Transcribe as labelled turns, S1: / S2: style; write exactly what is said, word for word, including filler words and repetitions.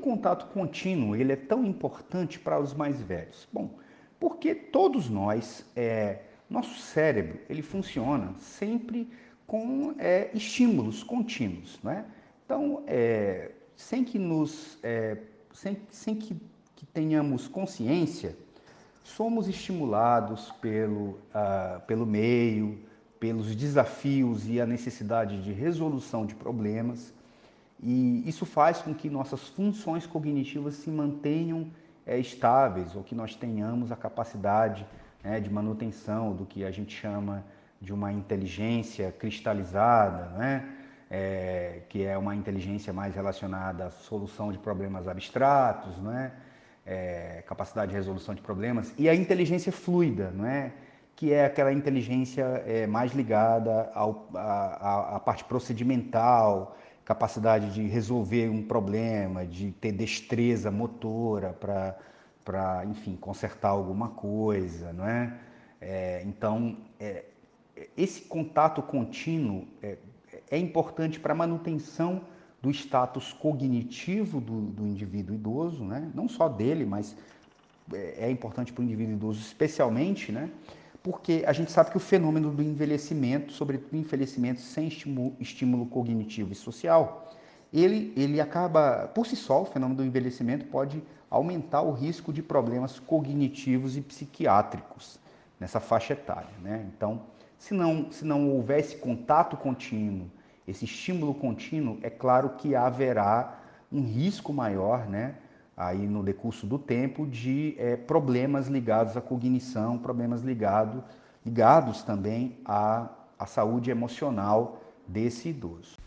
S1: contato contínuo ele é tão importante para os mais velhos? Bom, porque todos nós, é, nosso cérebro, ele funciona sempre com é, estímulos contínuos, né? Então, é, sem que nos, é, sem, sem que, que tenhamos consciência, somos estimulados pelo, ah, pelo meio, pelos desafios e a necessidade de resolução de problemas, e isso faz com que nossas funções cognitivas se mantenham é, estáveis, ou que nós tenhamos a capacidade né, de manutenção do que a gente chama de uma inteligência cristalizada, né? É, que é uma inteligência mais relacionada à solução de problemas abstratos, né? É, capacidade de resolução de problemas, e a inteligência fluida, não é? Que é aquela inteligência é, mais ligada ao, à, à parte procedimental, capacidade de resolver um problema, de ter destreza motora para, para, enfim, consertar alguma coisa, não é? É, então, é, esse contato contínuo é, é importante para a manutenção do status cognitivo do, do indivíduo idoso, né? Não só dele, mas é importante para o indivíduo idoso especialmente, né? Porque a gente sabe que o fenômeno do envelhecimento, sobretudo o envelhecimento sem estímulo, estímulo cognitivo e social, ele, ele acaba, por si só, o fenômeno do envelhecimento pode aumentar o risco de problemas cognitivos e psiquiátricos nessa faixa etária, né? Então, se não, se não houver esse contato contínuo, esse estímulo contínuo, é claro que haverá um risco maior, né? Aí no decurso do tempo de é, problemas ligados à cognição, problemas ligado, ligados também à, à saúde emocional desse idoso.